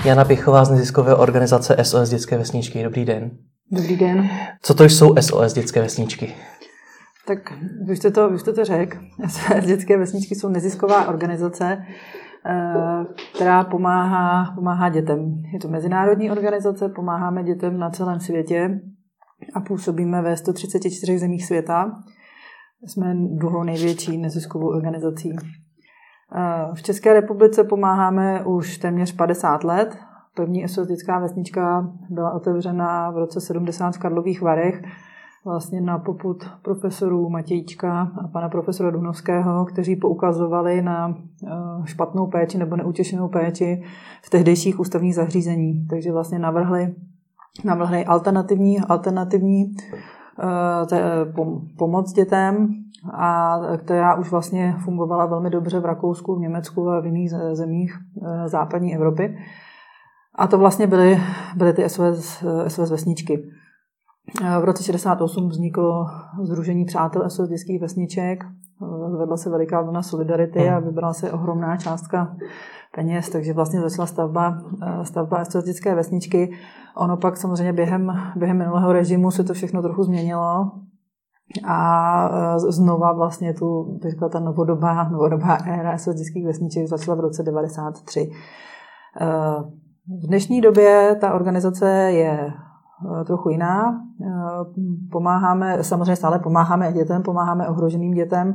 Jana Pichová z neziskové organizace SOS Dětské vesničky. Dobrý den. Dobrý den. Co to jsou SOS Dětské vesničky? Tak vy jste to řekl. SOS Dětské vesničky jsou nezisková organizace, která pomáhá dětem. Je to mezinárodní organizace, pomáháme dětem na celém světě a působíme ve 134 zemích světa. Jsme druhou největší neziskovou organizací. V České republice pomáháme už téměř 50 let. První SOS Dětská vesnička byla otevřena v roce 70 v Karlových Varech, vlastně na popud profesorů Matějčka a pana profesora Dunovského, kteří poukazovali na špatnou péči nebo neutěšenou péči v tehdejších ústavních zařízeních. Takže vlastně navrhli alternativní pomoc dětem, a která už vlastně fungovala velmi dobře v Rakousku, v Německu a v jiných zemích západní Evropy. A to vlastně byly ty SOS vesničky. V roce 68 vzniklo Sdružení přátel SOS dětských vesniček, vedla se veliká vlna solidarity a vybrala se ohromná částka peněz, takže vlastně začala stavba SOS dětské vesničky. Ono pak samozřejmě během minulého režimu se to všechno trochu změnilo a znova vlastně ta novodobá éra SOS dětských vesniček začala v roce 93. V dnešní době ta organizace je trochu jiná. Samozřejmě stále pomáháme dětem, pomáháme ohroženým dětem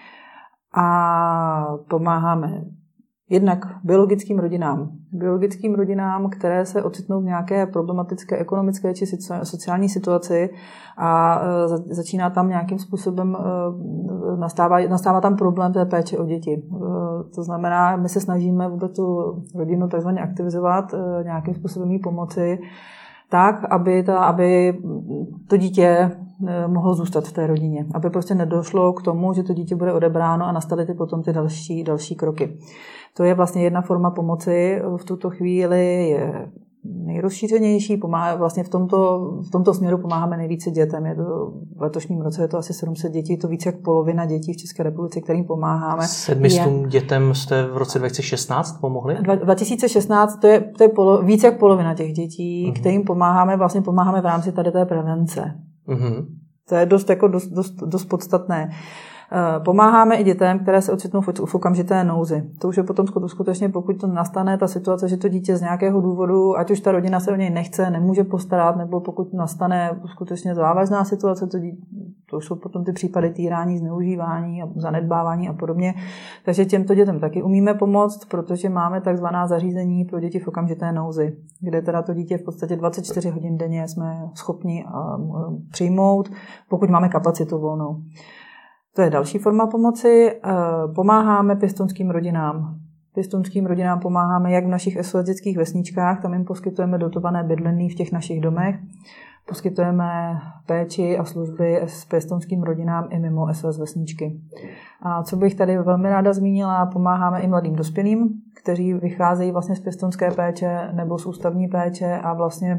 a pomáháme jednak biologickým rodinám, které se ocitnou v nějaké problematické ekonomické či sociální situaci a začíná tam nějakým způsobem, nastává tam problém té péče o děti. To znamená, my se snažíme vůbec tu rodinu takzvaně aktivizovat, nějakým způsobem jí pomoci, tak, aby to dítě mohlo zůstat v té rodině. Aby prostě nedošlo k tomu, že to dítě bude odebráno a nastaly potom ty další kroky. To je vlastně jedna forma pomoci. V tuto chvíli je nejrozšířenější. Vlastně v tomto směru pomáháme nejvíce dětem. V letošním roce je to asi 700 dětí, to více jak polovina dětí v České republice, kterým pomáháme. 700 dětem jste v roce 2016 pomohli? 2016 to je více jak polovina těch dětí, kterým pomáháme v rámci tady té prevence. To je dost podstatné. Pomáháme i dětem, které se ocitnou v okamžité nouzi. To už je potom skutečně, pokud to nastane ta situace, že to dítě z nějakého důvodu, ať už ta rodina se o něj nechce, nemůže postarat, nebo pokud nastane skutečně závažná situace, to jsou potom ty případy týrání, zneužívání a zanedbávání a podobně. Takže těmto dětem taky umíme pomoct, protože máme takzvaná zařízení pro děti v okamžité nouzi, kde teda to dítě v podstatě 24 hodin denně jsme schopni přijmout, pokud máme kapacitu volnou. To je další forma pomoci. Pomáháme pěstounským rodinám. Pěstounským rodinám pomáháme jak v našich SOS dětských vesničkách, tam jim poskytujeme dotované bydlení v těch našich domech. Poskytujeme péči a služby s pěstounským rodinám i mimo SOS vesničky. A co bych tady velmi ráda zmínila, pomáháme i mladým dospělým, kteří vycházejí vlastně z pěstounské péče nebo z ústavní péče a vlastně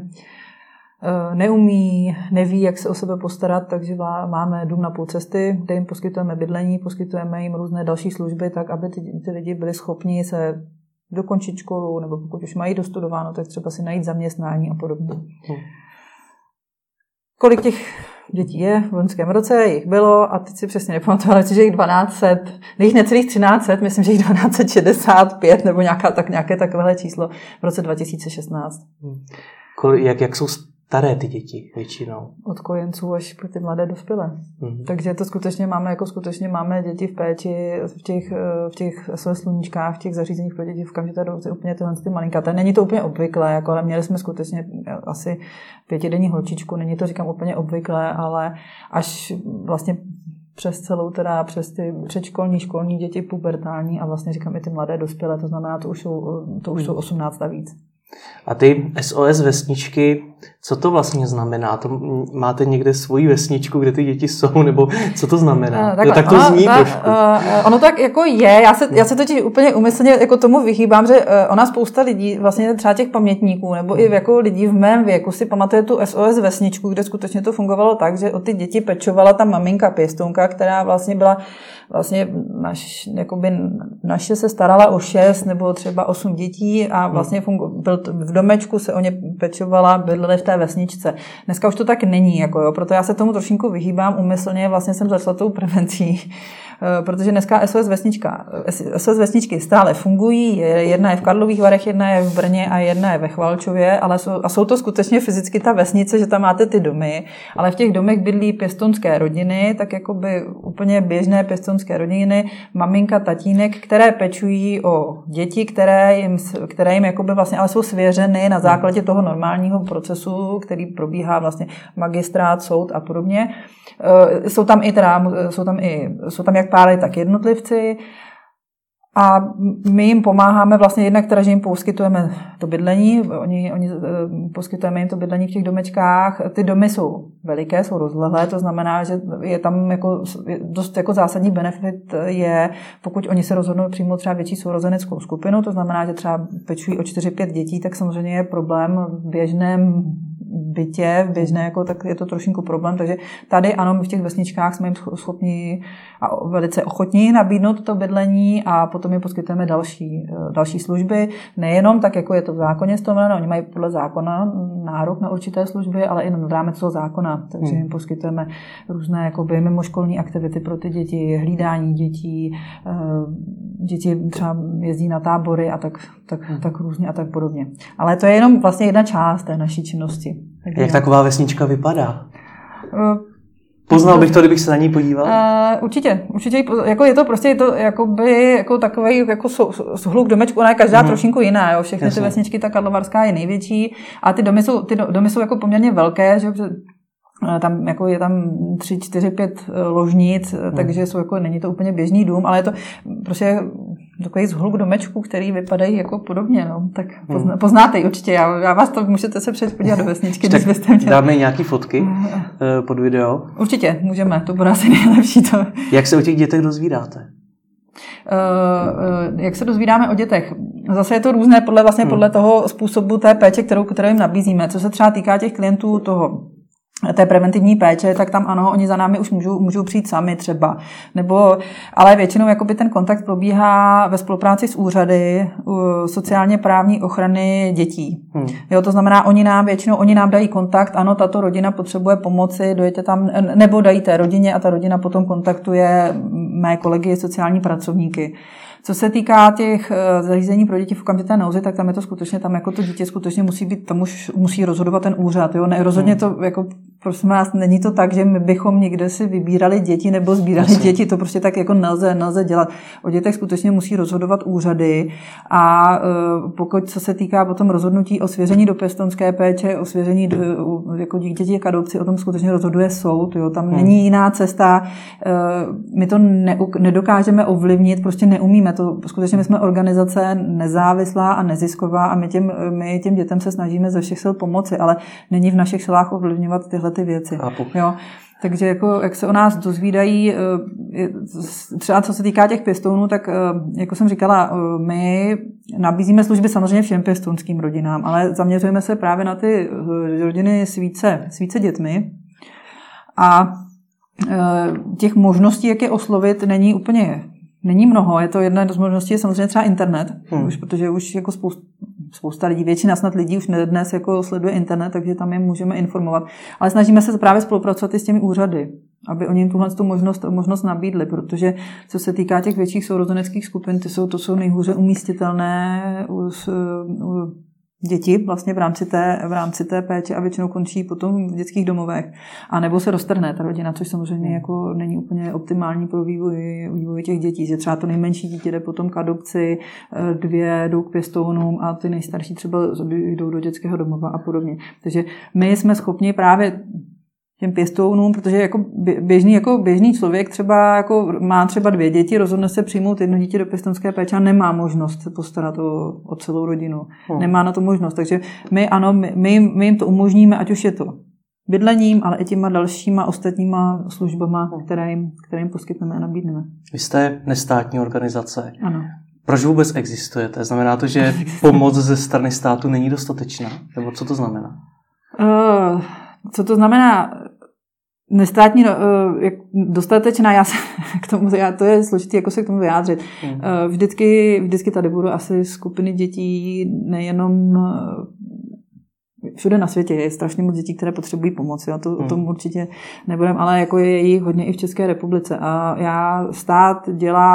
neví, jak se o sebe postarat, takže máme dům na půl cesty, kde jim poskytujeme bydlení, poskytujeme jim různé další služby, tak aby ty lidi byli schopni se dokončit školu, nebo pokud už mají dostudováno, tak třeba si najít zaměstnání a podobně. Kolik těch dětí je v loňském roce, jich bylo a teď si přesně nepamatuji, ale že jich 1200, jich necelých 1300, myslím, že jich 1265 nebo nějaké takovéhle číslo v roce 2016. Jak jsou staré ty děti většinou? Od kojenců až po ty mladé dospělé. Takže to skutečně máme děti v péči, v těch SOS sluníčkách, v těch zařízeních pro děti v okamžité době úplně ty malinkaté. Není to úplně obvyklé, ale měli jsme skutečně asi 5denní holčičku, není to říkám úplně obvyklé, ale až vlastně přes ty předškolní, školní děti, pubertální a vlastně říkám i ty mladé dospělé, to znamená, to už jsou 18 a víc. A ty SOS vesničky Co to vlastně znamená? To máte někde svoji vesničku, kde ty děti jsou, nebo co to znamená? Tak to zní trošku. Ono tak jako je, já se totiž úplně úmyslně jako tomu vychýbám, že ona spousta lidí, vlastně třeba těch pamětníků, nebo i jako lidí v mém věku si pamatuje tu SOS vesničku, kde skutečně to fungovalo tak, že o ty děti pečovala ta maminka pěstounka, která vlastně byla naše se starala o 6 nebo třeba 8 dětí a vlastně v domečku se o ně pečovala, bydleli v té vesničce. Dneska už to tak není, proto já se tomu trošinku vyhýbám úmyslně, vlastně jsem začala tou prevencí, protože dneska SOS vesničky stále fungují, jedna je v Karlových Varech, jedna je v Brně a jedna je ve Chvalčově, ale jsou to skutečně fyzicky ta vesnice, že tam máte ty domy, ale v těch domech bydlí pěstounské rodiny, tak jakoby úplně běžné pěstounské rodiny, maminka, tatínek, které pečují o děti, které jim jakoby vlastně ale jsou svěřeny na základě toho normálního procesu, který probíhá vlastně magistrát, soud a podobně. Jsou tam jak páry, tak jednotlivci a my jim pomáháme vlastně jednak teda, že jim poskytujeme to bydlení, oni poskytujeme jim to bydlení v těch domečkách. Ty domy jsou veliké, jsou rozlehlé, to znamená, že je tam dost zásadní benefit je, pokud oni se rozhodnou přijmout třeba větší sourozeneckou skupinu, to znamená, že třeba pečují o 4-5 dětí, tak samozřejmě je problém v běžném bytě, běžné, tak je to trošinku problém, takže tady ano, my v těch vesničkách jsme jim schopni a velice ochotní nabídnout to bydlení a potom jim poskytujeme další služby, nejenom tak, jako je to v zákoně stanoveno, oni mají podle zákona nárok na určité služby, ale i nad rámec toho zákona, takže jim poskytujeme různé mimoškolní aktivity pro ty děti, hlídání dětí, děti třeba jezdí na tábory a tak různě a tak podobně. Ale to je jenom vlastně jedna část té naší činnosti. Jak taková vesnička vypadá? Poznal bych to, kdybych se na ní podíval? Určitě. Je to prostě takový shluk domečku, ona je každá trošinku jiná. Jo. Všechny ty vesničky, ta Karlovarská je největší a ty domy jsou jako poměrně velké, že tam je tam 3, 4, 5 ložnic, takže není to úplně běžný dům, ale je to prostě takový zhluk domečků, který vypadají jako podobně, no. Tak poznáte určitě, já vás to můžete se podívat do vesničky, když byste měli. Dáme nějaký fotky pod video? Určitě, můžeme, to bude asi nejlepší. To. Jak se o těch dětech dozvídáte? Jak se dozvídáme o dětech? Zase je to různé podle toho způsobu té péče, kterou jim nabízíme. Co se třeba týká těch klientů té preventivní péče, tak tam ano, oni za námi už můžou přijít sami třeba. Ale většinou ten kontakt probíhá ve spolupráci s úřady sociálně právní ochrany dětí. Jo, to znamená, oni nám dají kontakt, ano, tato rodina potřebuje pomoci, dojďte tam, nebo dají té rodině a ta rodina potom kontaktuje mé kolegy sociální pracovníky. Co se týká těch zařízení pro děti v okamžité nouzi, tak tam je to skutečně, tam to dítě skutečně tam už musí rozhodovat ten úřad. Jo? Ne, rozhodně to, prosím vás, není to tak, že my bychom někde si vybírali děti nebo sbírali děti, to prostě tak nelze dělat. O dětech skutečně musí rozhodovat úřady a pokud, co se týká potom rozhodnutí o svěření do pěstounské péče, o svěření jako děti k adopci, o tom skutečně rozhoduje soud. Jo? Tam není jiná cesta, my to nedokážeme ovlivnit, prostě neumíme. Skutečně my jsme organizace nezávislá a nezisková a my těm dětem se snažíme ze všech sil pomoci, ale není v našich silách ovlivňovat tyhle ty věci. Jo? Takže jak se o nás dozvídají, třeba co se týká těch pěstounů, tak jako jsem říkala, my nabízíme služby samozřejmě všem pěstounským rodinám, ale zaměřujeme se právě na ty rodiny s více dětmi a těch možností, jak je oslovit, není mnoho, je to jedna z možností, je samozřejmě třeba internet, protože už spousta lidí, většina snad lidí už dnes sleduje internet, takže tam je můžeme informovat. Ale snažíme se právě spolupracovat i s těmi úřady, aby oni jim tuhle možnost nabídli, protože co se týká těch větších sourozeneckých skupin, to jsou nejhůře umístitelné děti vlastně v rámci té péče a většinou končí potom v dětských domovech. A nebo se roztrhne ta rodina, což samozřejmě není úplně optimální pro vývoj těch dětí, že třeba to nejmenší dítě jde potom k adopci, 2 jdou k pěstounům a ty nejstarší třeba jdou do dětského domova a podobně. Takže my jsme schopni právě těm pěstounům, protože jako běžný člověk třeba jako má třeba 2 děti, rozhodne se přijmout 1 dítě do pěstounské péče a nemá možnost se postarat o celou rodinu. Nemá na to možnost. Takže my jim to umožníme, ať už je to bydlením, ale i těma dalšíma ostatníma službama, které jim poskytneme a nabídneme. Vy jste nestátní organizace. Ano. Proč vůbec existujete? Znamená to, že pomoc ze strany státu není dostatečná? Nebo co to znamená? Co to znamená? Nestátní, dostatečná, to je složitý, jako se k tomu vyjádřit. Vždycky tady budou asi skupiny dětí, nejenom všude na světě je strašně moc dětí, které potřebují pomoc. O tom určitě nebudem, ale jako je jich hodně i v České republice. A stát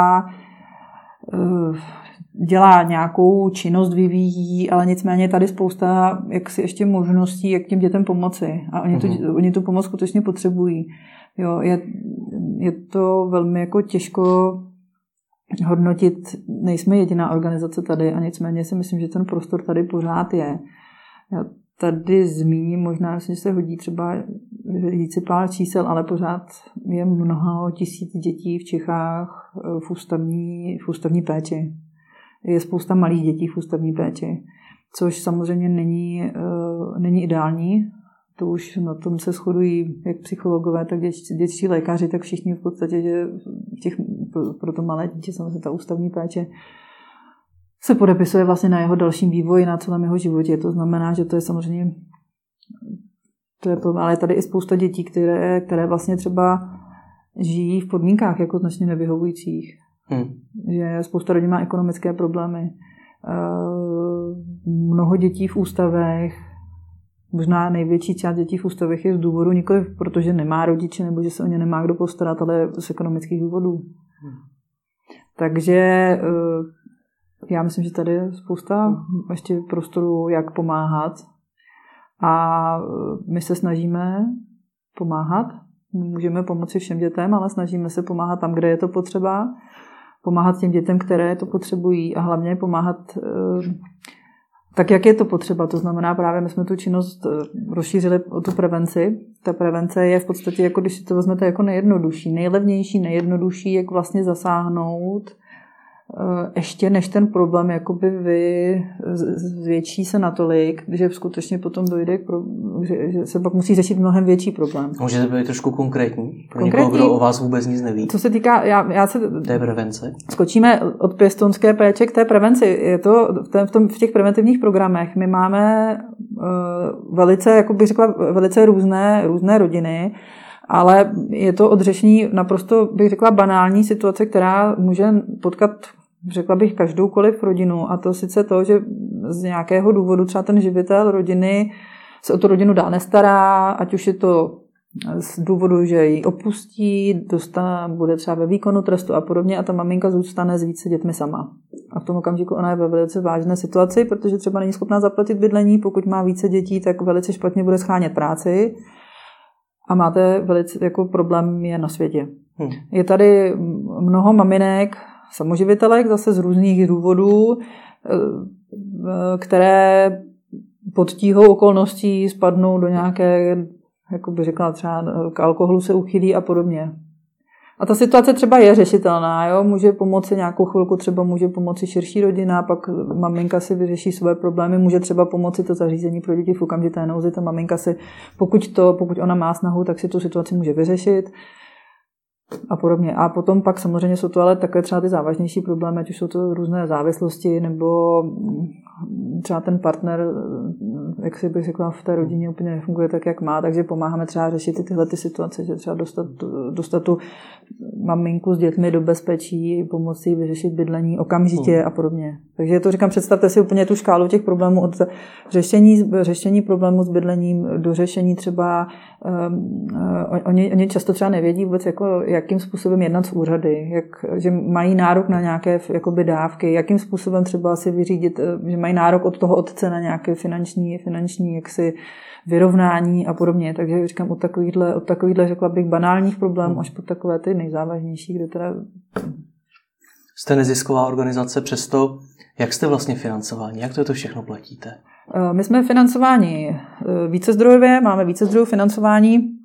dělá nějakou činnost, vyvíjí, ale nicméně je tady spousta jaksi ještě možností, jak těm dětem pomoci. A oni tu pomoc skutečně potřebují. Jo, je to velmi jako těžko hodnotit. Nejsme jediná organizace tady a nicméně si myslím, že ten prostor tady pořád je. Já tady zmíním, možná že se hodí třeba říct si pár čísel, ale pořád je mnoho tisíc dětí v Čechách v ústavní péči. Je spousta malých dětí v ústavní péči, což samozřejmě není ideální. To už na tom se shodují jak psychologové, tak dětští lékaři, tak všichni v podstatě, že pro to malé dítě samozřejmě ta ústavní péče se podepisuje vlastně na jeho dalším vývoji, na celém jeho životě. To znamená, že to je samozřejmě problém, ale je tady i spousta dětí, které vlastně třeba žijí v podmínkách jako značně nevyhovujících. Že spousta rodin má ekonomické problémy. Mnoho dětí v ústavech, možná největší část dětí v ústavech je z důvodu nikoliv protože nemá rodiče nebo že se o ně nemá kdo postarat, ale z ekonomických důvodů. Takže já myslím, že tady je spousta ještě prostoru, jak pomáhat. A my se snažíme pomáhat. Můžeme pomoci všem dětem, ale snažíme se pomáhat tam, kde je to potřeba. Pomáhat těm dětem, které to potřebují a hlavně pomáhat tak, jak je to potřeba. To znamená právě, my jsme tu činnost rozšířili o tu prevenci. Ta prevence je v podstatě, jako když si to vezmete jako nejjednodušší, nejjednodušší, jak vlastně zasáhnout ještě než ten problém jakoby zvětší se natolik, že skutečně potom dojde že se pak musí řešit mnohem větší problém. Můžete být trošku konkrétní? Pro někoho, kdo o vás vůbec nic neví. Co se týká, já se té prevence. Skočíme od pěstounské péče k té prevenci. Je to v těch preventivních programech. My máme velice, jak bych řekla, velice různé rodiny, ale je to od řešení naprosto, bych řekla, banální situace, která může potkat, řekla bych, každoukoliv rodinu. A to sice to, že z nějakého důvodu třeba ten živitel rodiny se o tu rodinu dál nestará, ať už je to z důvodu, že ji opustí, bude třeba ve výkonu trestu a podobně a ta maminka zůstane s více dětmi sama. A v tom okamžiku ona je ve velice vážné situaci, protože třeba není schopná zaplatit bydlení, pokud má více dětí, tak velice špatně bude schánět práci. A máte velice jako problém je na světě. Je tady mnoho maminek, samoživitelek, zase z různých důvodů, které pod tíhou okolností spadnou do nějaké, jako by řekla třeba, k alkoholu se uchylí a podobně. A ta situace třeba je řešitelná, jo? Může pomoci nějakou chvilku, třeba může pomoci širší rodina, pak maminka si vyřeší své problémy, může třeba pomoci to zařízení pro děti v okamžité nouzi, ta maminka si, pokud ona má snahu, tak si tu situaci může vyřešit a podobně. A potom pak samozřejmě jsou to ale takové třeba ty závažnější problémy, ať už jsou to různé závislosti, nebo třeba ten partner, jak si bych řekla, v té rodině úplně nefunguje tak, jak má, takže pomáháme třeba řešit tyhle ty situace, že třeba dostat tu maminku s dětmi do bezpečí, pomoci vyřešit bydlení okamžitě a podobně. Takže to říkám, představte si úplně tu škálu těch problémů od řešení problémů s bydlením do řešení třeba, oni často třeba nevědí vůbec, jakým způsobem jednat s úřady, že mají nárok na nějaké jakoby dávky, jakým způsobem třeba si vyřídit, že mají nárok od toho otce na nějaké finanční jaksi vyrovnání a podobně. Takže říkám, od takovýchhle řekla bych banálních problémů až po takové ty nejzávažnější, kde teda... Jste nezisková organizace, přesto jak jste vlastně financováni? Jak to všechno platíte? My jsme financováni vícezdrojově, máme více zdrojů financování.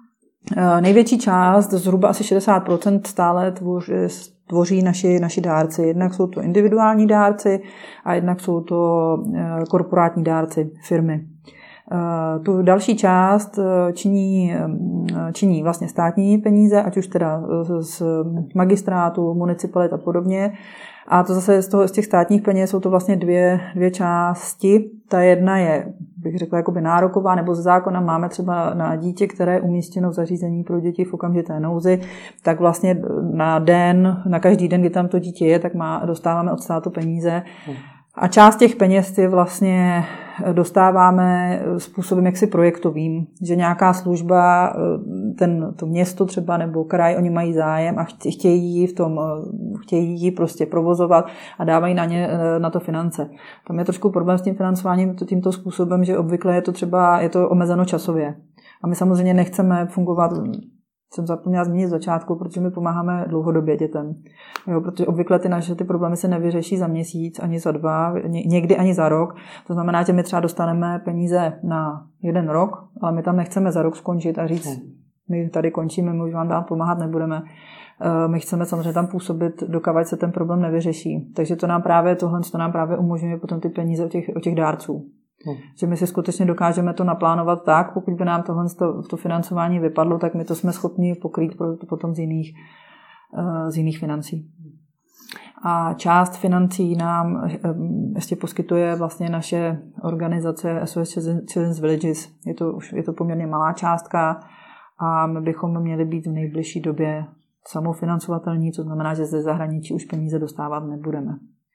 Největší část, zhruba asi 60%, stále tvoří naši dárci. Jednak jsou to individuální dárci a jednak jsou to korporátní dárci, firmy. Tu další část činí vlastně státní peníze, ať už teda z magistrátu, municipalit a podobně. A to zase z těch státních peněz jsou to vlastně dvě části. Ta jedna je, bych řekla, jakoby nároková, nebo ze zákona máme třeba na dítě, které je umístěno v zařízení pro děti v okamžité nouzi, tak vlastně na každý den, kdy tam to dítě je, tak dostáváme od státu peníze. A část těch peněz je vlastně dostáváme způsobem jaksi projektovým, že nějaká služba, to město třeba nebo kraj, oni mají zájem a chtějí ji prostě provozovat a dávají na to finance. Tam je trošku problém s tím financováním tímto způsobem, že obvykle je to omezeno časově. A my samozřejmě nechceme fungovat, jsem zapomněla zmínit z začátku, protože my pomáháme dlouhodobě dětem. Jo, protože obvykle ty problémy se nevyřeší za měsíc, ani za 2, někdy ani za rok. To znamená, že my třeba dostaneme peníze na 1 rok, ale my tam nechceme za rok skončit a říct, my tady končíme, my už vám dál pomáhat nebudeme. My chceme samozřejmě tam působit, dokud se ten problém nevyřeší. Takže tohle nám právě umožňuje potom ty peníze od těch dárců. Že my si skutečně dokážeme to naplánovat tak, pokud by nám to financování vypadlo, tak my to jsme schopni pokrýt potom z jiných financí. A část financí nám ještě poskytuje vlastně naše organizace SOS Children's Villages. Je to poměrně malá částka a my bychom měli být v nejbližší době samofinancovatelní, co znamená, že ze zahraničí už peníze dostávat nebudeme.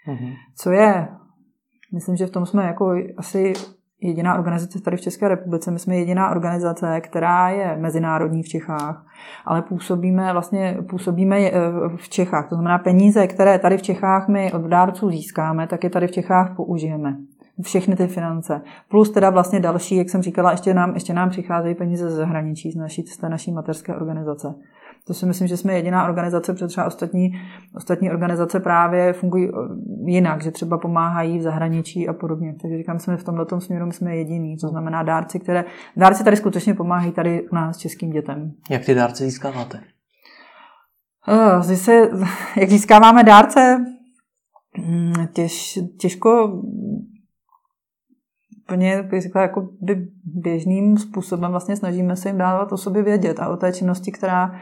Myslím, že v tom jsme jako asi jediná organizace tady v České republice. My jsme jediná organizace, která je mezinárodní v Čechách, ale působíme v Čechách. To znamená peníze, které tady v Čechách my od dárců získáme, tak je tady v Čechách použijeme. Všechny ty finance. Plus teda vlastně další, jak jsem říkala, ještě nám přicházejí peníze ze zahraničí, z té naší mateřské organizace. To si myslím, že jsme jediná organizace, protože třeba ostatní organizace právě fungují jinak, že třeba pomáhají v zahraničí a podobně. Takže říkám, jsme v tomto směru jsme jediní. To znamená dárci tady skutečně pomáhají tady u nás českým dětem. Jak ty dárce získáváte? Jak získáváme dárce? Těžko úplně jako běžným způsobem vlastně snažíme se jim dávat o sobě vědět a o té činnosti,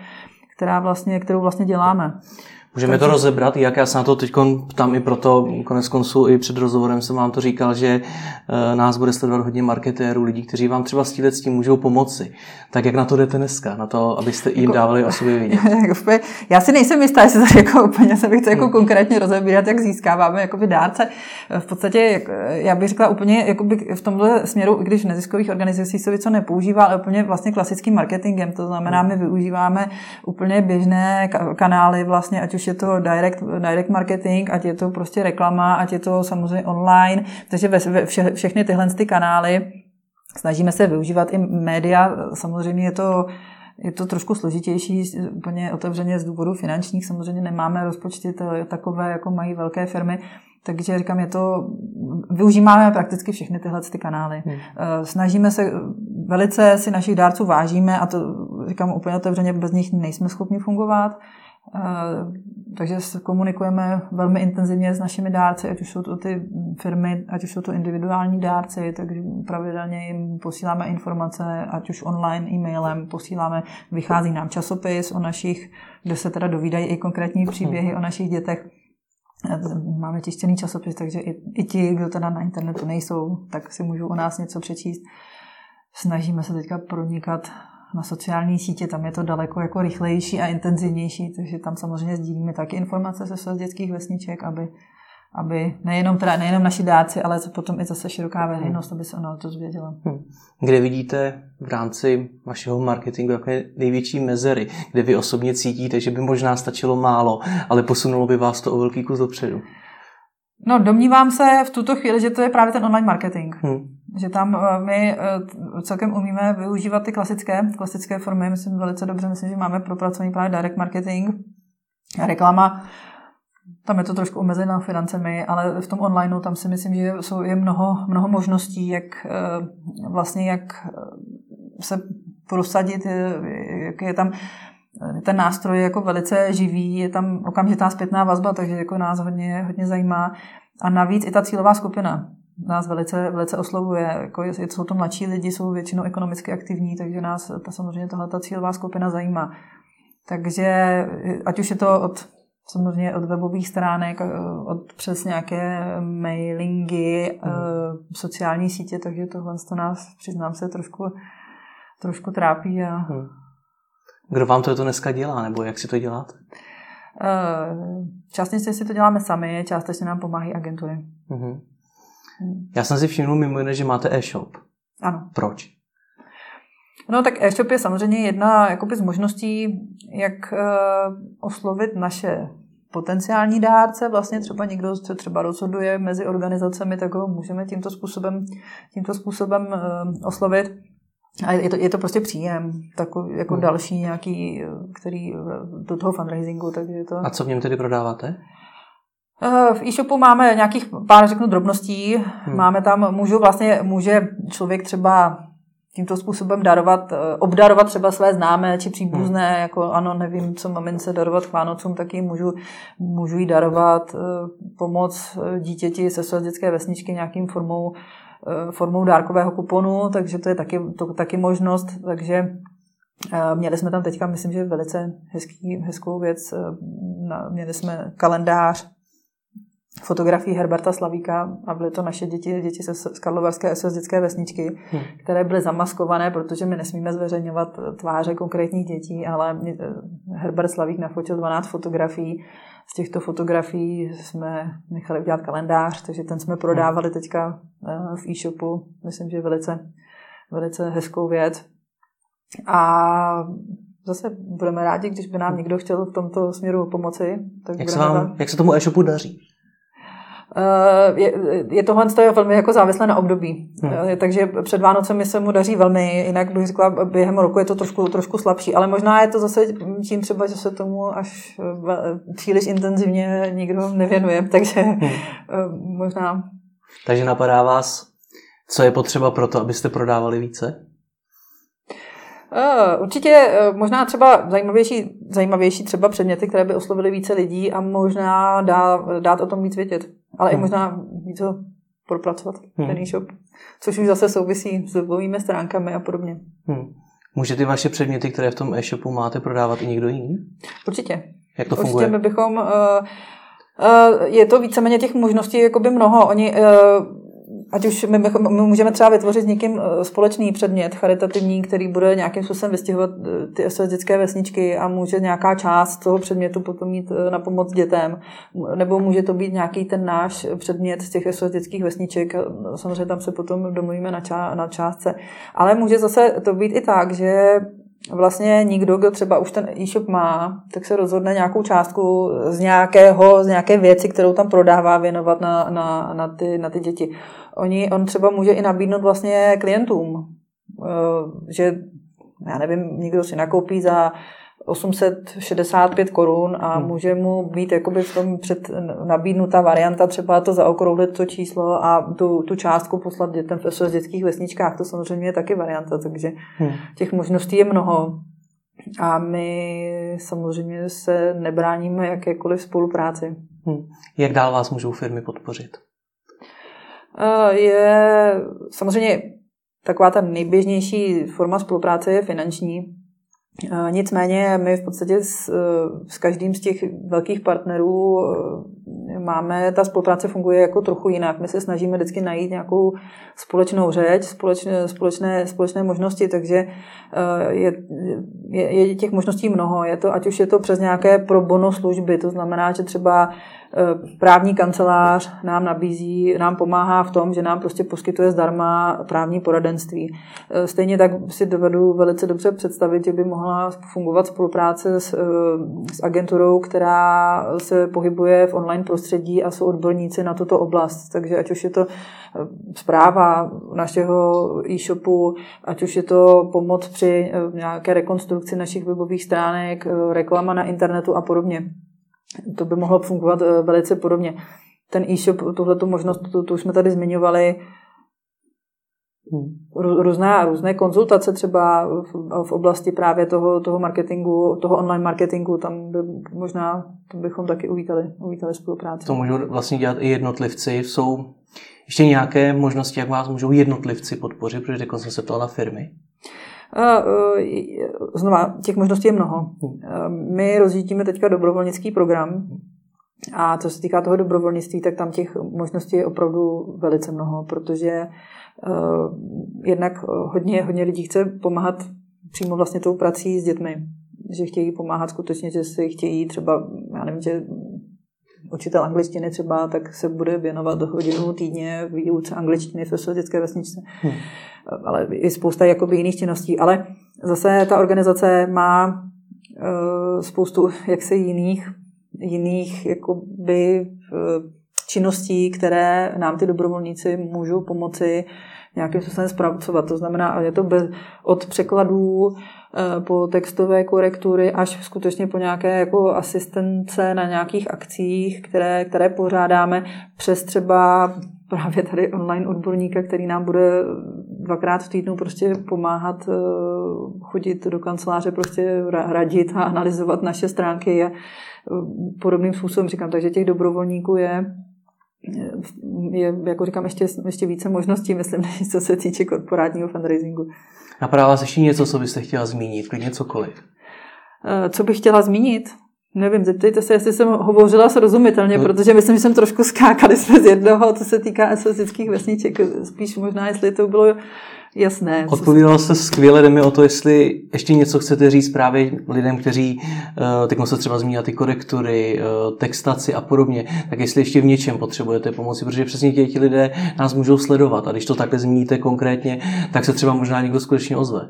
kterou vlastně děláme. Můžeme to rozebrat, jak já se na to teď ptám i proto, konec konců i před rozhovorem jsem vám to říkal, že nás bude sledovat hodně marketérů, lidí, kteří vám třeba s tím můžou pomoci. Tak jak na to jdete dneska? Na to, abyste jim dávali o sobě vědět? Já si nejsem jistá, jestli tady úplně se bych to konkrétně rozebírat, jak získáváme dárce. V podstatě, já bych řekla úplně v tomhle směru, i když v neziskových organizacích se něco nepoužívá, ale úplně vlastně klasickým marketingem. To znamená, my využíváme úplně běžné kanály, vlastně, ať už je to direct marketing, ať je to prostě reklama, ať je to samozřejmě online. Takže všechny tyhle kanály snažíme se využívat i média. Samozřejmě je to trošku složitější, úplně otevřeně z důvodu finančních. Samozřejmě nemáme rozpočty takové, jako mají velké firmy. Takže říkám, využíváme prakticky všechny tyhle kanály. Snažíme se, velice si našich dárců vážíme a to říkám úplně otevřeně, bez nich nejsme schopni fungovat. Takže komunikujeme velmi intenzivně s našimi dárci, ať už jsou to ty firmy, ať už jsou to individuální dárci, takže pravidelně jim posíláme informace, ať už online, e-mailem, vychází nám časopis o našich, kde se teda dovídají i konkrétní příběhy o našich dětech. Máme tištěný časopis, takže i ti, kdo teda na internetu nejsou, tak si můžou o nás něco přečíst. Snažíme se teďka pronikat na sociální sítě, tam je to daleko jako rychlejší a intenzivnější, takže tam samozřejmě sdílíme taky informace ze svých dětských vesniček, aby nejenom naši dárci, ale potom i zase široká veřejnost, aby se o nás dozvěděla. Kde vidíte v rámci vašeho marketingu jaké největší mezery, kde vy osobně cítíte, že by možná stačilo málo, ale posunulo by vás to o velký kus dopředu? No, domnívám se v tuto chvíli, že to je právě ten online marketing. Že tam my celkem umíme využívat ty klasické formy. Myslím velice dobře, myslím, že máme propracovaný právě direct marketing. Reklama, tam je to trošku omezeno financemi, ale v tom onlineu tam si myslím, že je mnoho možností, jak se prosadit, jak je tam ten nástroj jako velice živý, je tam okamžitá zpětná vazba, takže jako nás hodně zajímá. A navíc i ta cílová skupina nás velice oslovuje. Jako jsou to mladší lidi, jsou většinou ekonomicky aktivní, takže nás samozřejmě ta cílová skupina zajímá. Takže ať už je to samozřejmě od webových stránek, přes nějaké mailingy, sociální sítě, takže tohle to nás, přiznám se, trošku trápí. Kdo vám to dneska dělá, nebo jak si to děláte? Částečně si to děláme sami, částečně nám pomáhají agentury. Já jsem si všiml mimo jiné, že máte e-shop. Ano. Proč? No tak e-shop je samozřejmě jedna jakoby z možností, jak oslovit naše potenciální dárce. Vlastně třeba někdo se třeba rozhoduje mezi organizacemi, tak ho můžeme tímto způsobem oslovit. A je to prostě příjem, takový jako další nějaký, který do toho fundraisingu. Takže je to... A co v něm tedy prodáváte? V e-shopu máme nějakých pár, drobností. Máme tam, může člověk třeba tímto způsobem obdarovat třeba své známé či příbuzné, jako ano, nevím, co mamince darovat k Vánocům, tak jí můžu jí darovat, pomoc dítěti ze své dětské vesničky nějakým formou dárkového kuponu, takže to je taky možnost, takže měli jsme tam teďka, myslím, že velice hezkou věc, měli jsme kalendář fotografií Herberta Slavíka a byly to naše děti z Karlovarské SOS dětské vesničky, které byly zamaskované, protože my nesmíme zveřejňovat tváře konkrétních dětí, ale Herbert Slavík nafotil 12 fotografií. Z těchto fotografií jsme nechali udělat kalendář, takže ten jsme prodávali teďka v e-shopu. Myslím, že velice hezkou věc. A zase budeme rádi, když by nám někdo chtěl v tomto směru pomoci. Tak jak se tomu e-shopu daří? Je tohle velmi jako závislé na období. Takže před Vánocemi se mu daří velmi, jinak bych řekla, během roku je to trošku slabší, ale možná je to zase tím třeba, že se tomu až příliš intenzivně nikdo nevěnuje, takže možná. Takže napadá vás, co je potřeba pro to, abyste prodávali více? Určitě možná třeba zajímavější třeba předměty, které by oslovily více lidí a možná dát o tom víc vědět. Ale i možná víc ho propracovat, ten e-shop. Což už zase souvisí s webovými stránkami a podobně. Může ty vaše předměty, které v tom e-shopu máte, prodávat i někdo jiný? Určitě. Jak to funguje? Určitě my bychom... je to víceméně těch možností jakoby mnoho. Ať už my můžeme třeba vytvořit s někým společný předmět charitativní, který bude nějakým způsobem vystihovat ty SOS dětské vesničky a může nějaká část toho předmětu potom mít na pomoc dětem. Nebo může to být nějaký ten náš předmět z těch SOS dětských vesniček. Samozřejmě tam se potom domluvíme na částce. Ale může zase to být i tak, že vlastně nikdo, kdo třeba už ten e-shop má, tak se rozhodne nějakou částku z nějaké věci, kterou tam prodává, věnovat na ty děti. On třeba může i nabídnout vlastně klientům, že já nevím, někdo si nakoupí za 865 korun a může mu být jakoby v tom nabídnutá varianta, třeba to zaokrouhlit to číslo a tu částku poslat dětem v SOS dětských vesničkách. To samozřejmě je taky varianta, takže těch možností je mnoho. A my samozřejmě se nebráníme jakékoliv spolupráci. Jak dál vás můžou firmy podpořit? Je samozřejmě taková ta nejběžnější forma spolupráce je finanční. Nicméně my v podstatě s každým z těch velkých partnerů ta spolupráce funguje jako trochu jinak. My se snažíme vždycky najít nějakou společnou řeč, společné možnosti, takže je těch možností mnoho. Ať už je to přes nějaké pro bono služby, to znamená, že třeba právní kancelář nám pomáhá v tom, že nám prostě poskytuje zdarma právní poradenství. Stejně tak si dovedu velice dobře představit, že by mohla fungovat spolupráce s agenturou, která se pohybuje v online prostředí a jsou odborníci na tuto oblast. Takže ať už je to správa našeho e-shopu, ať už je to pomoc při nějaké rekonstrukci našich webových stránek, reklama na internetu a podobně. To by mohlo fungovat velice podobně. Ten e-shop, tuhletu možnost, tu už jsme tady zmiňovali, Různé konzultace třeba v oblasti právě toho marketingu, toho online marketingu, tam bychom taky uvítali spolupráci. To můžou vlastně dělat i jednotlivci. Jsou ještě nějaké možnosti, jak vás můžou jednotlivci podpořit, protože teď jsem se ptal na firmy? Znova, těch možností je mnoho. My rozjíždíme teďka dobrovolnický program a co se týká toho dobrovolnictví, tak tam těch možností je opravdu velice mnoho, protože jednak hodně lidí chce pomáhat přímo vlastně tou prací s dětmi, že chtějí pomáhat skutečně, že si chtějí třeba, já nevím, že učitel angličtiny třeba, tak se bude věnovat hodinu týdně výuce angličtiny v dětské vesničce. Ale i spousta jakoby jiných činností. Ale zase ta organizace má spoustu jaksi jiných jakoby činností, které nám ty dobrovolníci můžou pomoci nějakým způsobem zpracovat. To znamená, je to od překladů po textové korektury až skutečně po nějaké jako asistence na nějakých akcích, které pořádáme, přes třeba právě tady online odborníka, který nám bude 2krát v týdnu prostě pomáhat chodit do kanceláře, prostě radit a analyzovat naše stránky a podobným způsobem říkám. Takže těch dobrovolníků je jako říkám, ještě více možností, myslím, než co se týče korporátního fundraisingu. Napadá vás ještě něco, co byste chtěla zmínit? Klidně cokoliv. Co bych chtěla zmínit? Nevím, zeptejte se, jestli jsem hovořila srozumitelně, protože myslím, že jsem trošku skákali jsme z jednoho, co se týká esosických vesniček. Spíš možná, jestli to bylo jasné. Odpovídala jste skvěle, jde mi o to, jestli ještě něco chcete říct právě lidem, kteří, teď se třeba zmínila ty korektury, textaci a podobně, tak jestli ještě v něčem potřebujete pomoci, protože přesně ti lidé nás můžou sledovat a když to takhle zmíníte konkrétně, tak se třeba možná někdo skutečně ozve.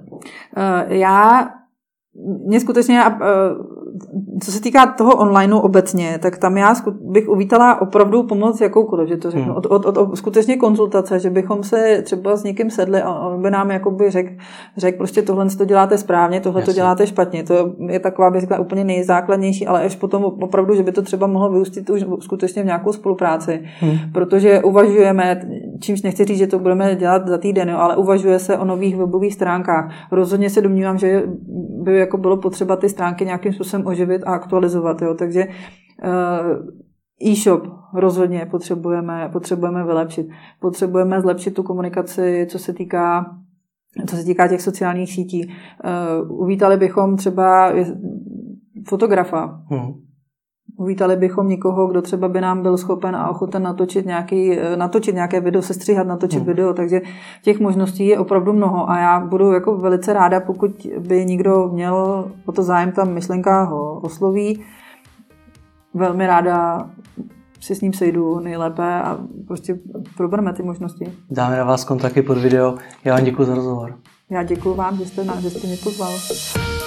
Mě skutečně, co se týká toho onlineu obecně, tak tam já bych uvítala opravdu pomoc jakoukoliv, že to řeknu, od skutečně konzultace, že bychom se třeba s někým sedli a on by nám jakoby řekl prostě tohle to děláte správně, tohle to děláte špatně. To je taková, bych řekla, úplně nejzákladnější, ale až potom opravdu, že by to třeba mohlo vyústit už skutečně v nějakou spolupráci, protože uvažujeme, čímž nechci říct, že to budeme dělat za týden, jo, ale uvažuje se o nových webových stránkách. Rozhodně se domnívám, že by jako bylo potřeba ty stránky nějakým způsobem oživit a aktualizovat. Jo. Takže e-shop rozhodně potřebujeme vylepšit. Potřebujeme zlepšit tu komunikaci, co se týká těch sociálních sítí. Uvítali bychom třeba fotografa. Uvítali bychom někoho, kdo třeba by nám byl schopen a ochoten natočit nějaké video, sestříhat, natočit video, takže těch možností je opravdu mnoho a já budu jako velice ráda, pokud by někdo měl o to zájem, ta myšlenka ho osloví. Velmi ráda si s ním sejdu nejlépe a prostě probereme ty možnosti. Dáme na vás kontakty pod video. Já vám děkuji za rozhovor. Já děkuji vám, že jste mě pozval.